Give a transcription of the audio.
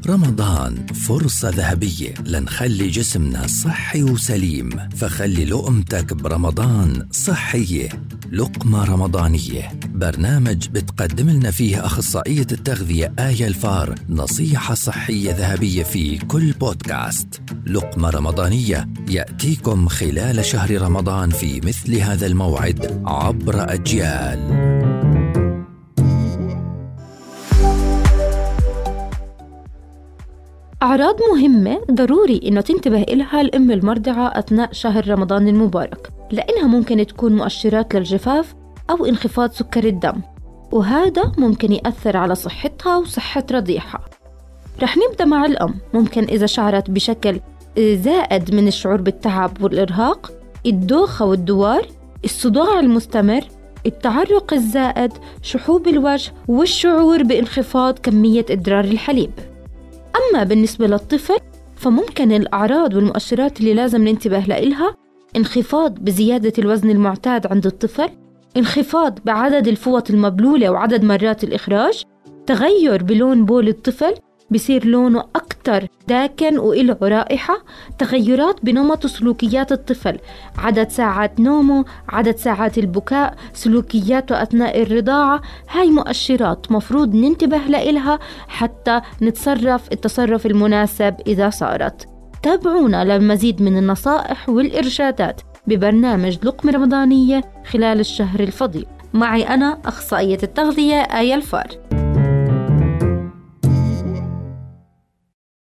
رمضان فرصة ذهبية لنخلي جسمنا صحي وسليم، فخلي لقمتك برمضان صحية. لقمة رمضانية، برنامج بتقدم لنا فيه أخصائية التغذية آية الفار نصيحة صحية ذهبية في كل بودكاست. لقمة رمضانية يأتيكم خلال شهر رمضان في مثل هذا الموعد عبر أجيال. أعراض مهمة ضروري إنه تنتبه إلها الأم المرضعة أثناء شهر رمضان المبارك، لأنها ممكن تكون مؤشرات للجفاف أو انخفاض سكر الدم، وهذا ممكن يأثر على صحتها وصحة رضيعها. رح نبدأ مع الأم. ممكن إذا شعرت بشكل زائد من الشعور بالتعب والإرهاق، الدوخة والدوار، الصداع المستمر، التعرق الزائد، شحوب الوجه، والشعور بانخفاض كمية إدرار الحليب. أما بالنسبة للطفل فممكن الأعراض والمؤشرات اللي لازم ننتبه لها: انخفاض بزيادة الوزن المعتاد عند الطفل، انخفاض بعدد الفوط المبلولة وعدد مرات الإخراج، تغير بلون بول الطفل، بصير لونه أكتر داكن وإله رائحة، تغيرات بنمط سلوكيات الطفل، عدد ساعات نومه، عدد ساعات البكاء، سلوكياته أثناء الرضاعة. هاي مؤشرات مفروض ننتبه لها حتى نتصرف التصرف المناسب إذا صارت. تابعونا للمزيد من النصائح والإرشادات ببرنامج لقمة رمضانية خلال الشهر الفضيل. معي أنا أخصائية التغذية آية الفار.